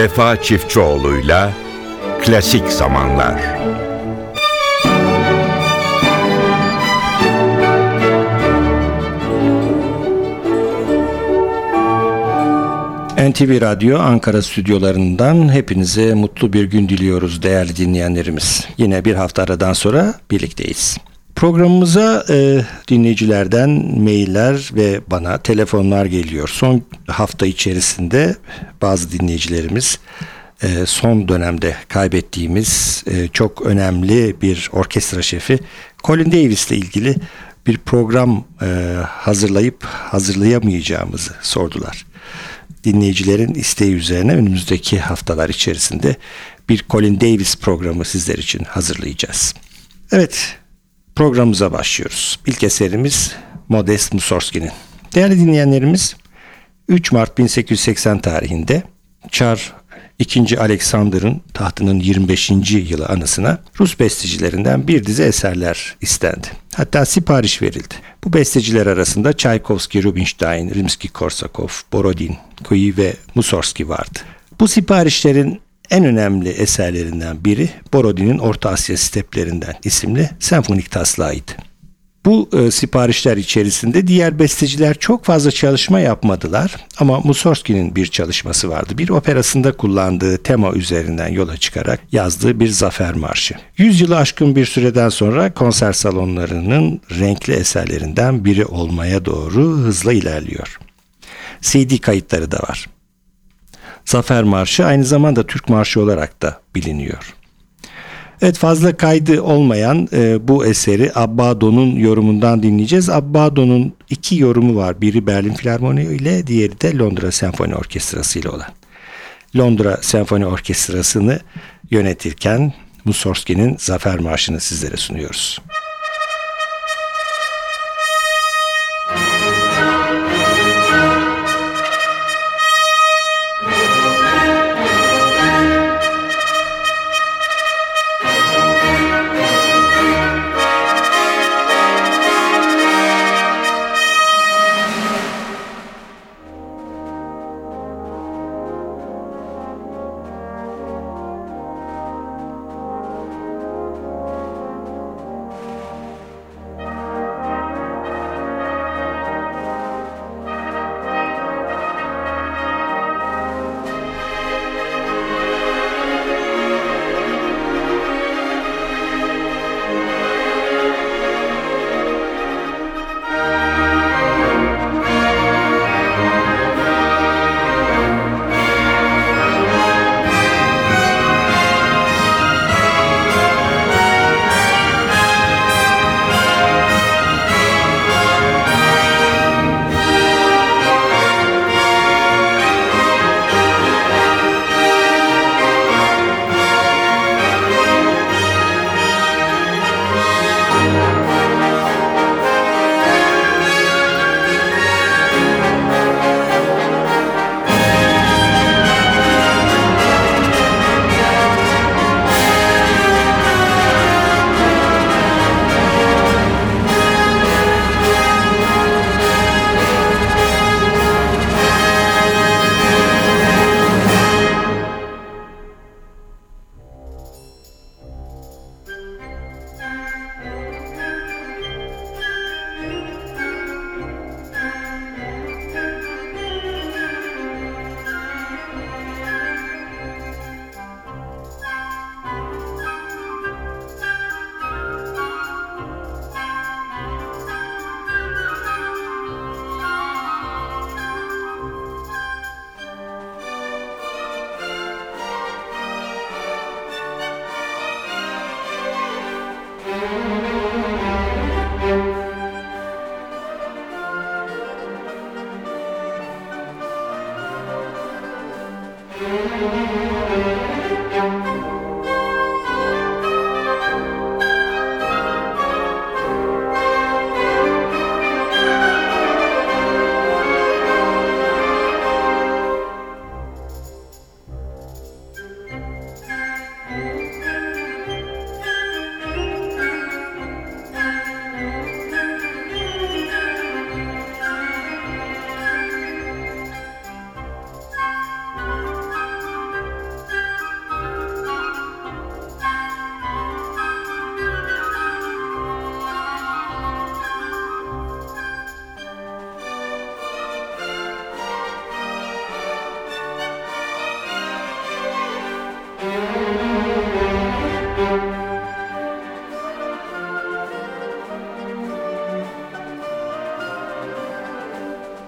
Vefa Çiftçioğlu'yla Klasik Zamanlar. NTV Radyo Ankara stüdyolarından hepinize mutlu bir gün diliyoruz değerli dinleyenlerimiz. Yine bir hafta aradan sonra birlikteyiz. Programımıza dinleyicilerden mailler ve bana telefonlar geliyor. Son hafta içerisinde bazı dinleyicilerimiz son dönemde kaybettiğimiz çok önemli bir orkestra şefi Colin Davis ile ilgili bir program hazırlayıp hazırlayamayacağımızı sordular. Dinleyicilerin isteği üzerine önümüzdeki haftalar içerisinde bir Colin Davis programı sizler için hazırlayacağız. Evet, programımıza başlıyoruz. İlk eserimiz Modest Mussorgsky'nin. Değerli dinleyenlerimiz, 3 Mart 1880 tarihinde Çar II. Alexander'ın tahtının 25. yılı anısına Rus bestecilerinden bir dizi eserler istendi. Hatta sipariş verildi. Bu besteciler arasında Tchaikovsky, Rubinstein, Rimsky-Korsakov, Borodin, Kuyi ve Mussorgsky vardı. Bu siparişlerin en önemli eserlerinden biri Borodin'in Orta Asya Steplerinden isimli senfonik taslağıydı. Bu siparişler içerisinde diğer besteciler çok fazla çalışma yapmadılar ama Mussorgsky'nin bir çalışması vardı. Bir operasında kullandığı tema üzerinden yola çıkarak yazdığı bir zafer marşı. 100 yılı aşkın bir süreden sonra konser salonlarının renkli eserlerinden biri olmaya doğru hızla ilerliyor. CD kayıtları da var. Zafer Marşı aynı zamanda Türk Marşı olarak da biliniyor. Evet, fazla kaydı olmayan bu eseri Abbado'nun yorumundan dinleyeceğiz. Abbado'nun 2 yorumu var. Biri Berlin Filarmoni ile diğeri de Londra Senfoni Orkestrası ile olan. Londra Senfoni Orkestrası'nı yönetirken Mussorgsky'nin Zafer Marşı'nı sizlere sunuyoruz.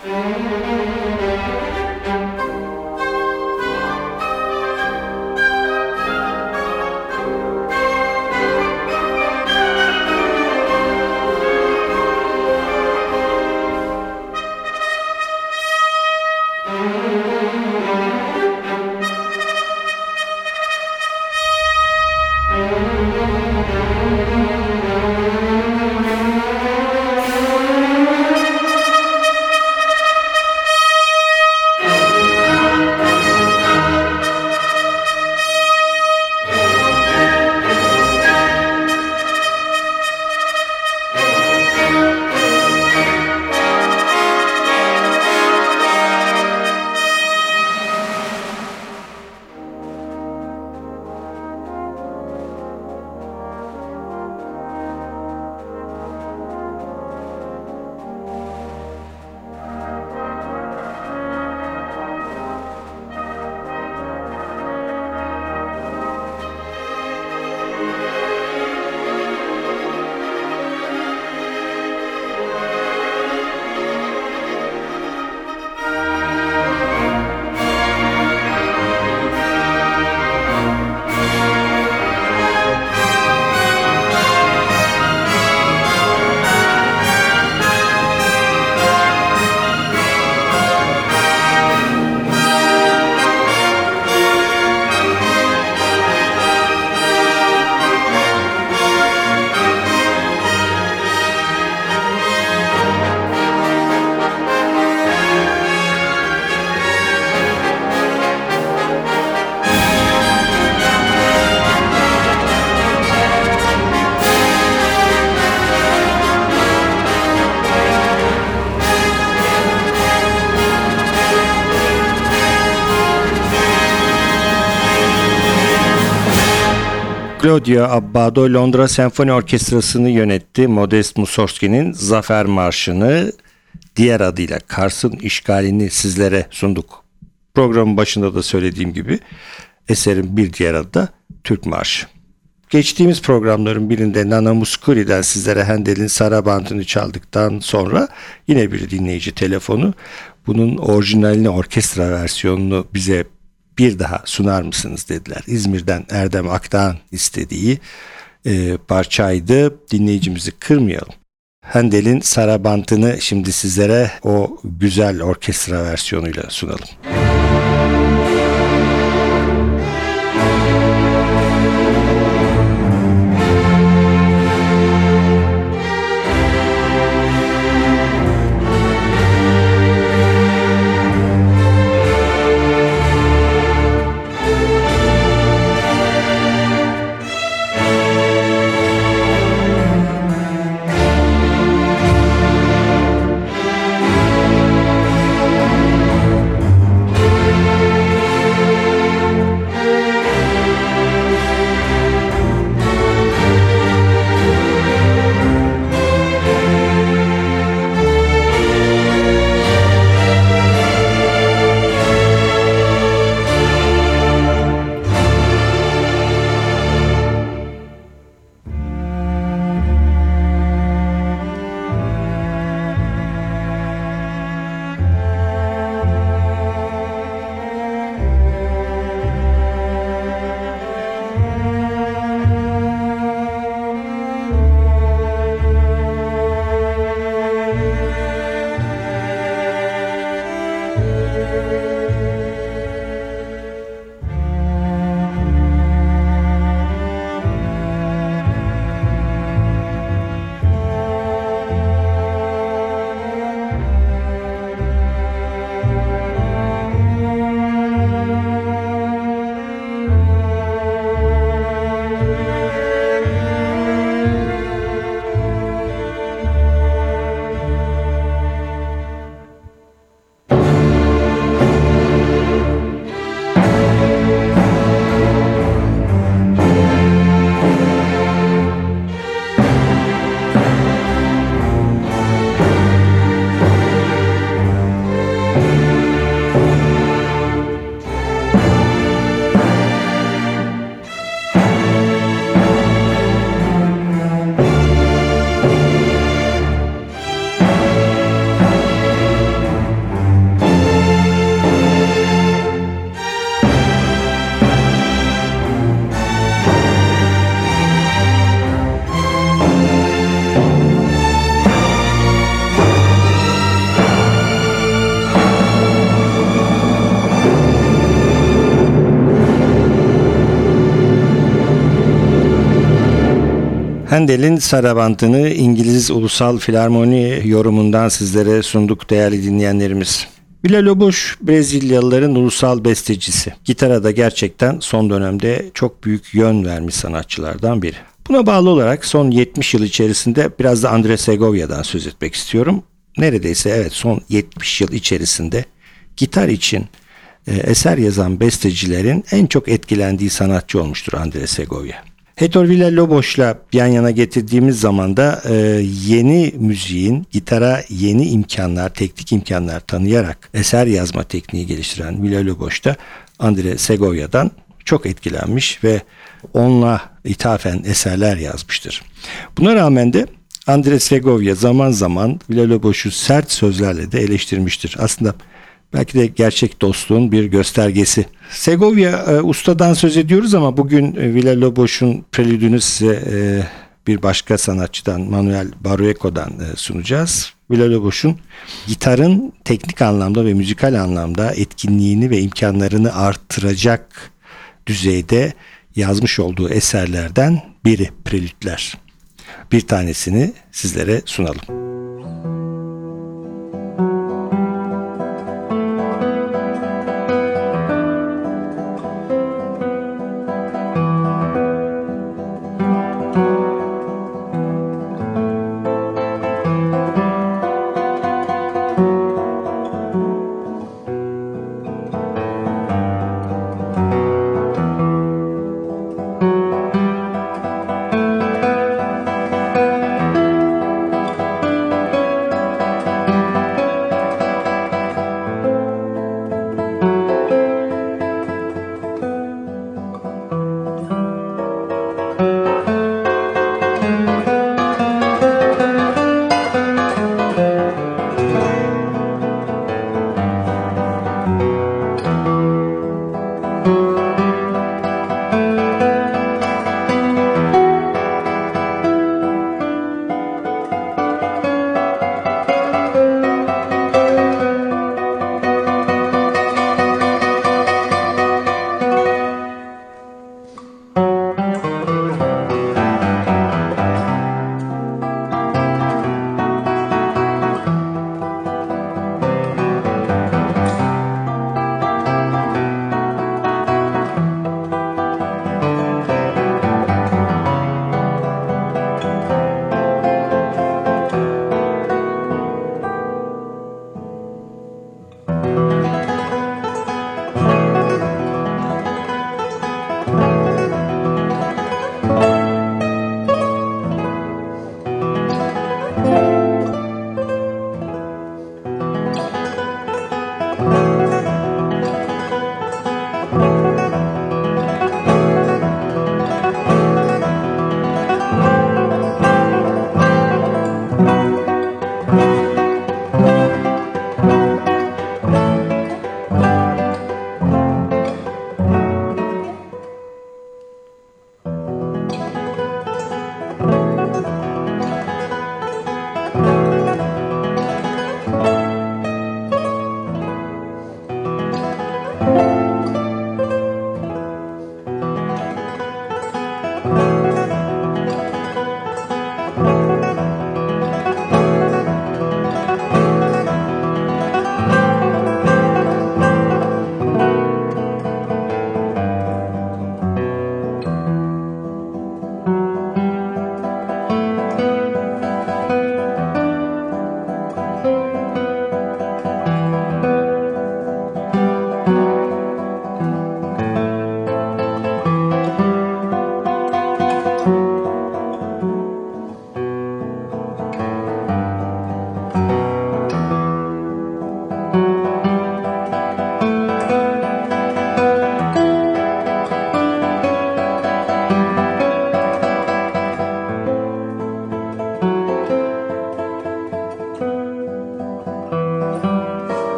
Claudio Abbado Londra Senfoni Orkestrası'nı yönetti. Modest Mussorgsky'nin Zafer Marşı'nı, diğer adıyla Kars'ın işgalini sizlere sunduk. Programın başında da söylediğim gibi eserin bir diğer adı da Türk Marşı. Geçtiğimiz programların birinde Nana Mouskouri'den sizlere Handel'in Saraband'ını çaldıktan sonra yine bir dinleyici telefonu, bunun orijinalini, orkestra versiyonunu bize bir daha sunar mısınız dediler. İzmir'den Erdem Akdağ'ın istediği parçaydı. Dinleyicimizi kırmayalım. Handel'in Saraband'ını şimdi sizlere o güzel orkestra versiyonuyla sunalım. Handel'in Saraband'ını İngiliz Ulusal Filarmoni yorumundan sizlere sunduk değerli dinleyenlerimiz. Villa-Lobos Brezilyalıların ulusal bestecisi. Gitara da gerçekten son dönemde çok büyük yön vermiş sanatçılardan biri. Buna bağlı olarak son 70 yıl içerisinde biraz da André Segovia'dan söz etmek istiyorum. Neredeyse evet son 70 yıl içerisinde gitar için eser yazan bestecilerin en çok etkilendiği sanatçı olmuştur André Segovia. Hector Villa-Lobos'la yan yana getirdiğimiz zaman da yeni müziğin gitara yeni imkanlar, teknik imkanlar tanıyarak eser yazma tekniği geliştiren Villa-Lobos da André Segovia'dan çok etkilenmiş ve onunla ithafen eserler yazmıştır. Buna rağmen de André Segovia zaman zaman Villa-Lobos'u sert sözlerle de eleştirmiştir. Aslında belki de gerçek dostluğun bir göstergesi. Segovia ustadan söz ediyoruz ama bugün Villa-Lobos'un prelüdünü size bir başka sanatçıdan Manuel Barrueco'dan sunacağız. Villa-Lobos'un gitarın teknik anlamda ve müzikal anlamda etkinliğini ve imkanlarını artıracak düzeyde yazmış olduğu eserlerden biri prelütler. Bir tanesini sizlere sunalım.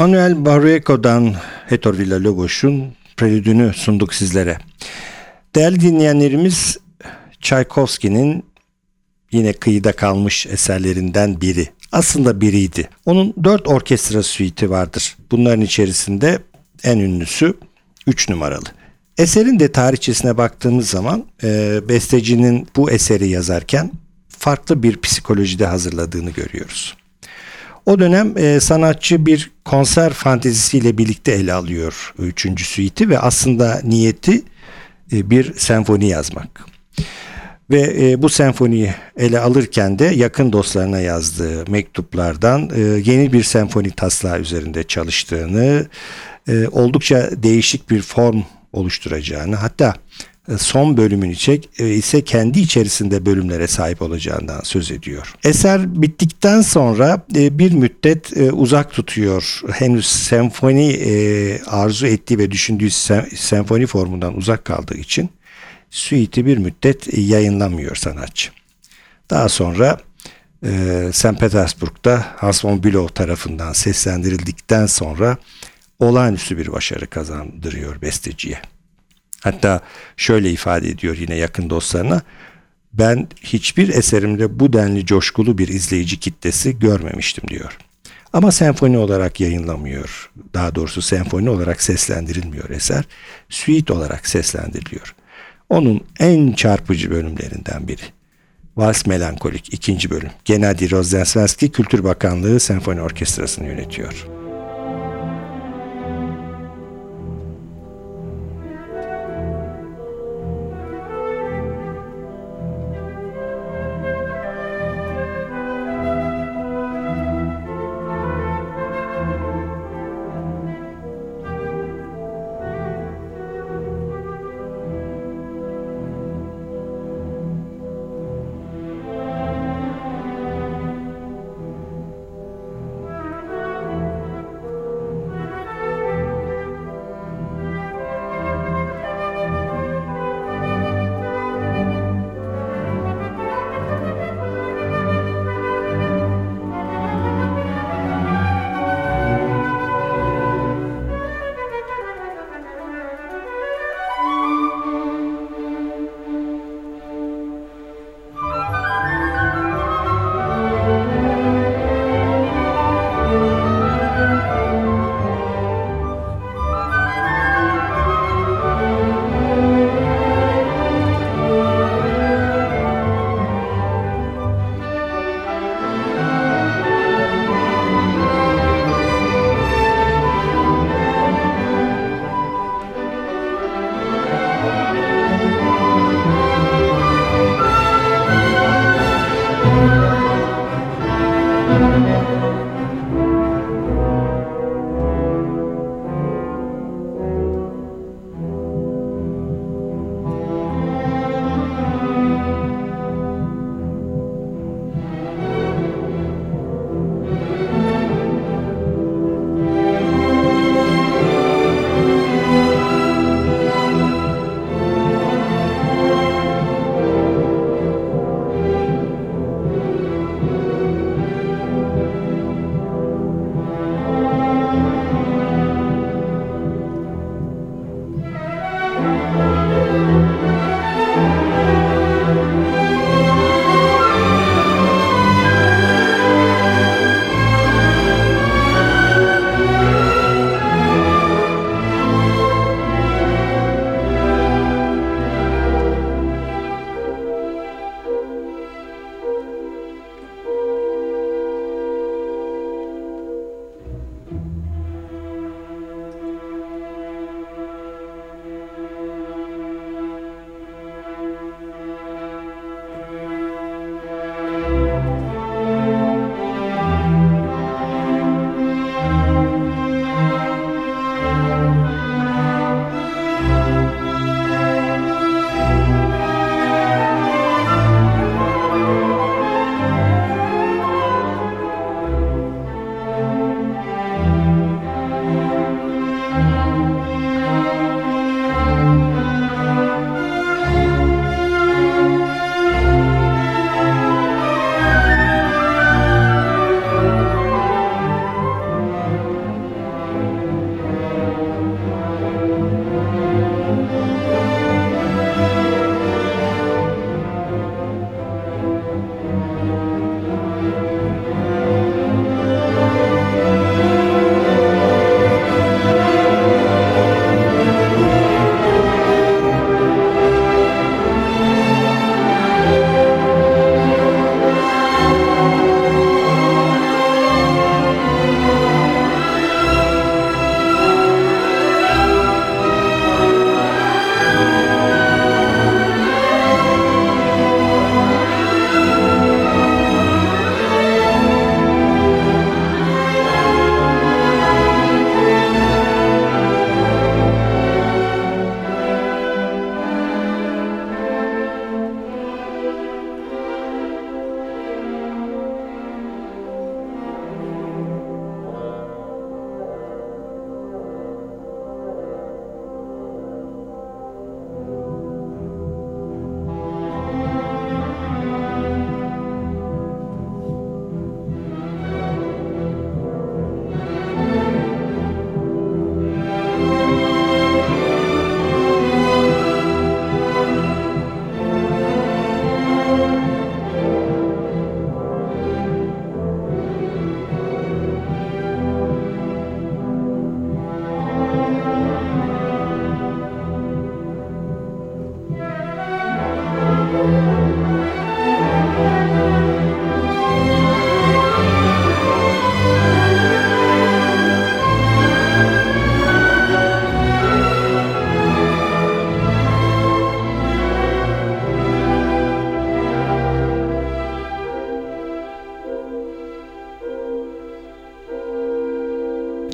Manuel Barrueco'dan Hector Villa-Lobos'un prelüdünü sunduk sizlere. Değerli dinleyenlerimiz, Tchaikovsky'nin yine kıyıda kalmış eserlerinden biri. Aslında biriydi. Onun 4 orkestra suite'i vardır. Bunların içerisinde en ünlüsü 3 numaralı. Eserin de tarihçesine baktığımız zaman bestecinin bu eseri yazarken farklı bir psikolojide hazırladığını görüyoruz. O dönem sanatçı bir konser fantezisiyle birlikte ele alıyor 3. suite'i ve aslında niyeti bir senfoni yazmak. Ve bu senfoniyi ele alırken de yakın dostlarına yazdığı mektuplardan yeni bir senfoni taslağı üzerinde çalıştığını, oldukça değişik bir form oluşturacağını, hatta son bölümün ise kendi içerisinde bölümlere sahip olacağından söz ediyor. Eser bittikten sonra bir müddet uzak tutuyor. Henüz senfoni arzu ettiği ve düşündüğü senfoni formundan uzak kaldığı için suite'i bir müddet yayınlamıyor sanatçı. Daha sonra St. Petersburg'da Hans von Bülow tarafından seslendirildikten sonra olağanüstü bir başarı kazandırıyor besteciye. Hatta şöyle ifade ediyor yine yakın dostlarına: ben hiçbir eserimde bu denli coşkulu bir izleyici kitlesi görmemiştim diyor. Ama senfoni olarak yayınlamıyor. Daha doğrusu senfoni olarak seslendirilmiyor eser. Suite olarak seslendiriliyor. Onun en çarpıcı bölümlerinden biri. Vals Melankolik 2. bölüm. Gennady Rozdestvensky Kültür Bakanlığı Senfoni Orkestrası'nı yönetiyor.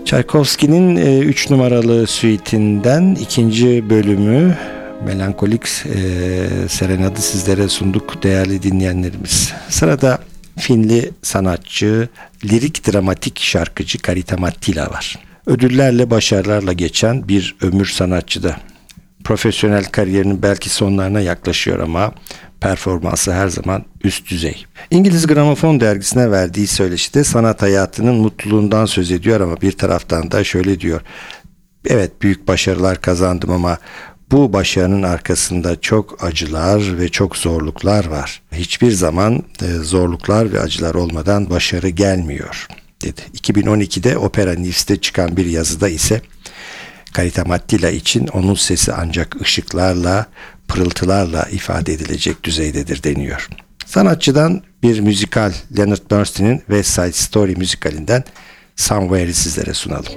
Tchaikovsky'nin 3 numaralı suite'inden ikinci bölümü Melankolik Serenadı sizlere sunduk değerli dinleyenlerimiz. Sırada Finli sanatçı, lirik dramatik şarkıcı Karita Mattila var. Ödüllerle, başarılarla geçen bir ömür sanatçıda. Profesyonel kariyerinin belki sonlarına yaklaşıyor ama performansı her zaman üst düzey. İngiliz Gramofon dergisine verdiği söyleşide sanat hayatının mutluluğundan söz ediyor ama bir taraftan da şöyle diyor. Evet, büyük başarılar kazandım ama bu başarının arkasında çok acılar ve çok zorluklar var. Hiçbir zaman zorluklar ve acılar olmadan başarı gelmiyor, dedi. 2012'de Opera News'te çıkan bir yazıda ise Karita Mattila için onun sesi ancak ışıklarla, pırıltılarla ifade edilecek düzeydedir deniyor. Sanatçıdan bir müzikal, Leonard Bernstein'in West Side Story müzikalinden Somewhere'i sizlere sunalım.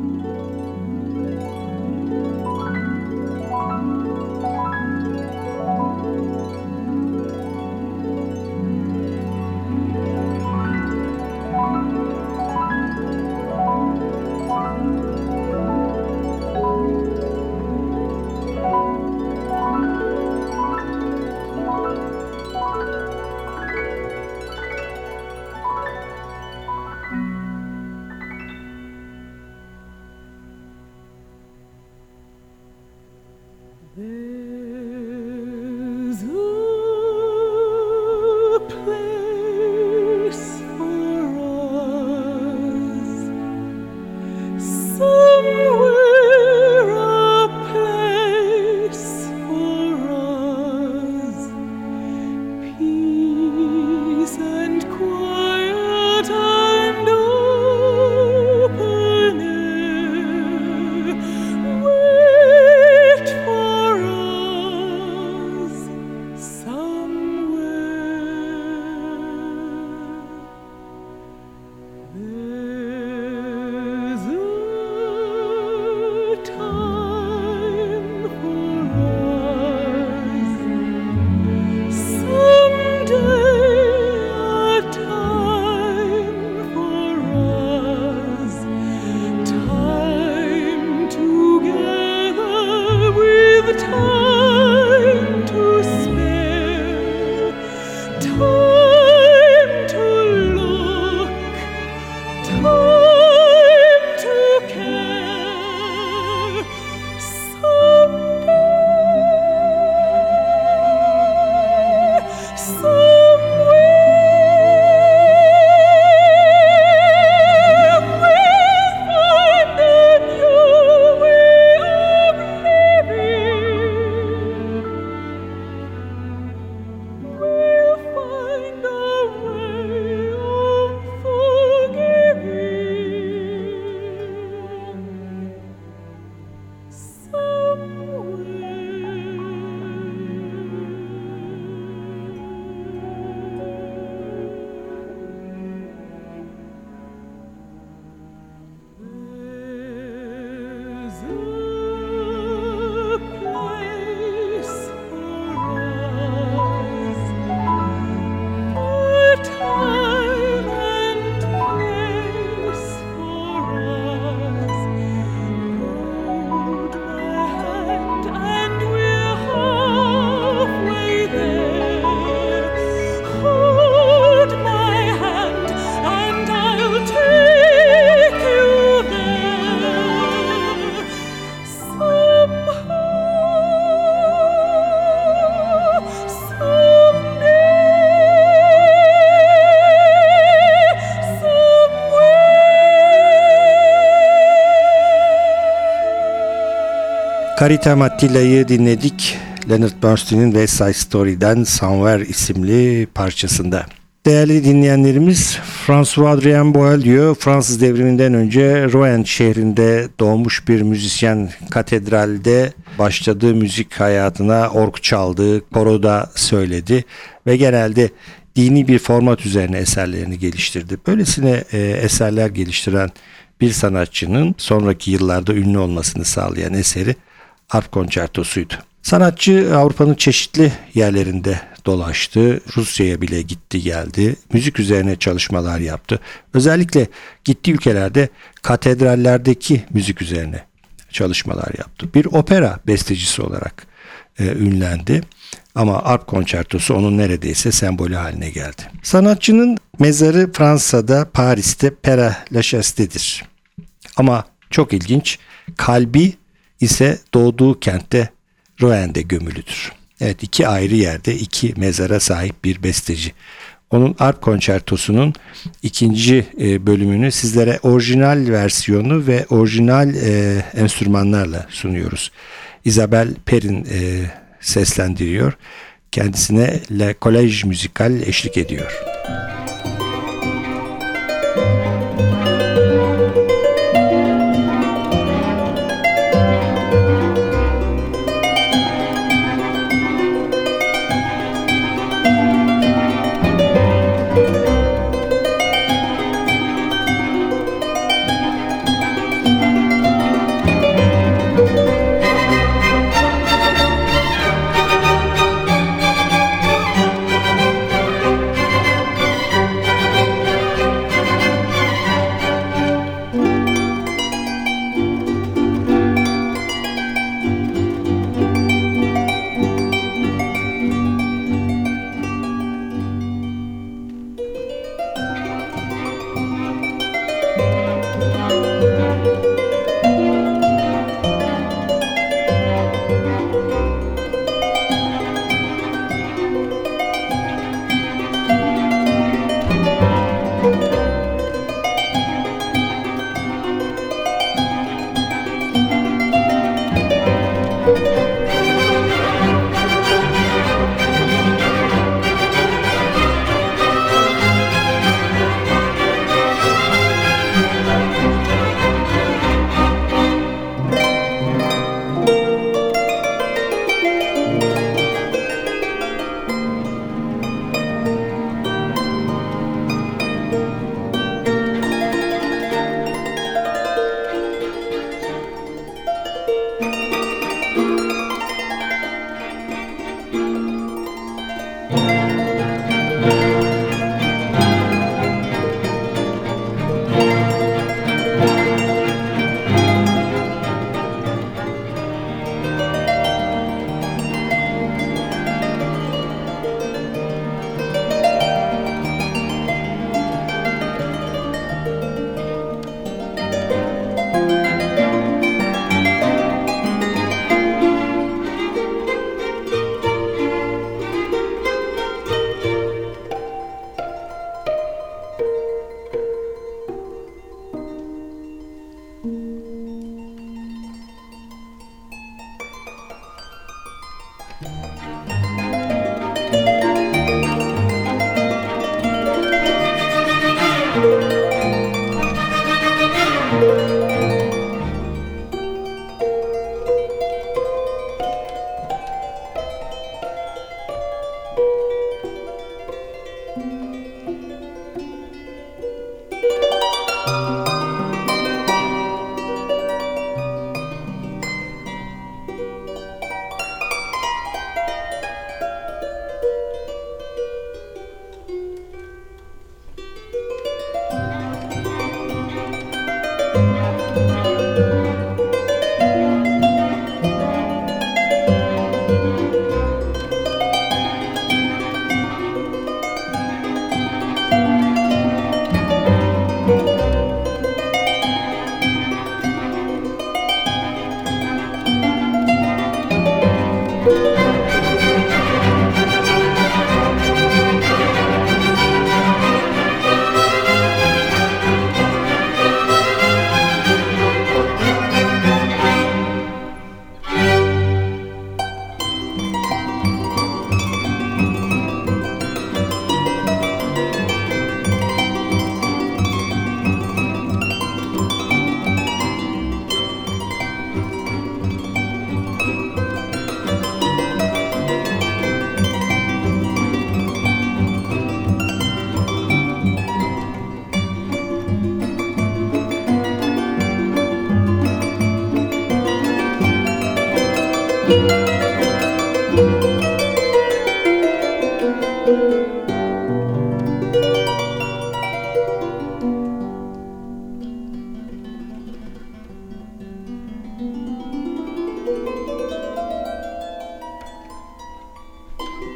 There's a place for us, somewhere a place for us, peace and quiet and open air. Wait for us somewhere. There's a time for us, someday a time for us, time together with time to spare, time to look, time to care. Someday, somewhere, we'll find a new way of living. We'll find a way of forgiving. There's a place for us, a time and place for us. Hold my hand and we're halfway there. Hold my hand and I'll take you there. Somehow, someday, somewhere. Karita Mattila'yı dinledik. Leonard Bernstein'in West Side Story'den Somewhere isimli parçasında. Değerli dinleyenlerimiz, François Adrien Boieldieu, Fransız devriminden önce Rouen şehrinde doğmuş bir müzisyen. Katedralde başladığı müzik hayatına org çaldı, koroda söyledi ve genelde dini bir format üzerine eserlerini geliştirdi. Böylesine eserler geliştiren bir sanatçının sonraki yıllarda ünlü olmasını sağlayan eseri Arp Konçertosu'ydu. Sanatçı Avrupa'nın çeşitli yerlerinde dolaştı. Rusya'ya bile gitti geldi. Müzik üzerine çalışmalar yaptı. Özellikle gittiği ülkelerde katedrallerdeki müzik üzerine çalışmalar yaptı. Bir opera bestecisi olarak ünlendi. Ama arp konçertosu onun neredeyse sembolü haline geldi. Sanatçının mezarı Fransa'da, Paris'te Père Lachaise''dedir. Ama çok ilginç, kalbi ise doğduğu kentte Royen'de gömülüdür. Evet, iki ayrı yerde iki mezara sahip bir besteci. Onun arp konçertosunun ikinci bölümünü sizlere orijinal versiyonu ve orijinal enstrümanlarla sunuyoruz. Isabelle Perrin seslendiriyor. Kendisine Le Collège Musical eşlik ediyor.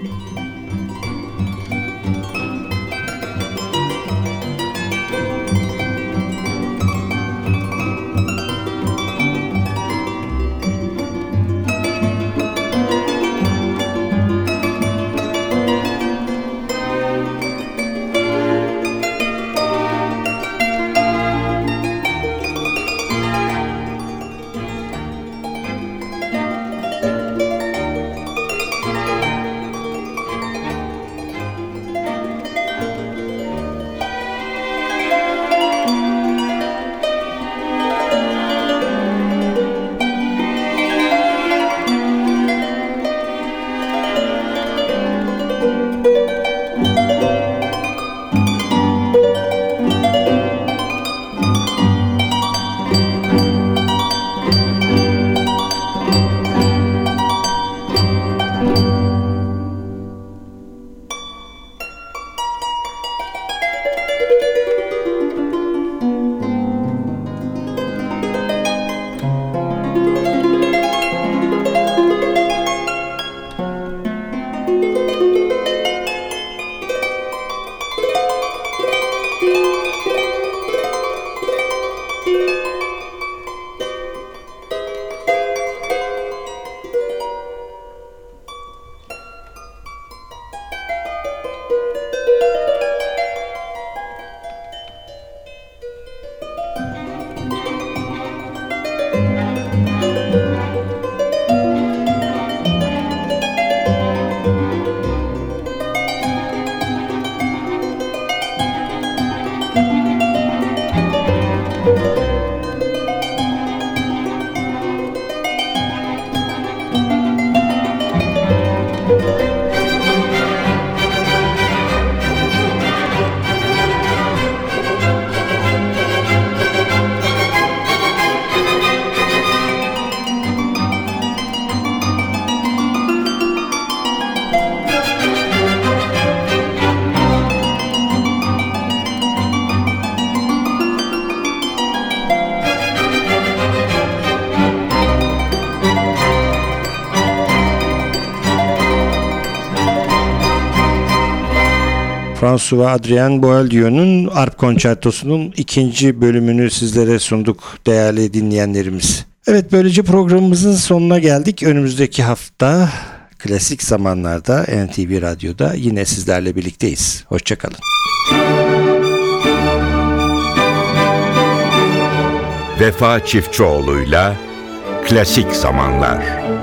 François Adrien Boieldieu'nun Arp Konçertosu'nun ikinci bölümünü sizlere sunduk değerli dinleyenlerimiz. Evet, böylece programımızın sonuna geldik. Önümüzdeki hafta klasik zamanlarda NTV Radyo'da yine sizlerle birlikteyiz. Hoşçakalın. Vefa Çiftçioğlu'yla Klasik Zamanlar.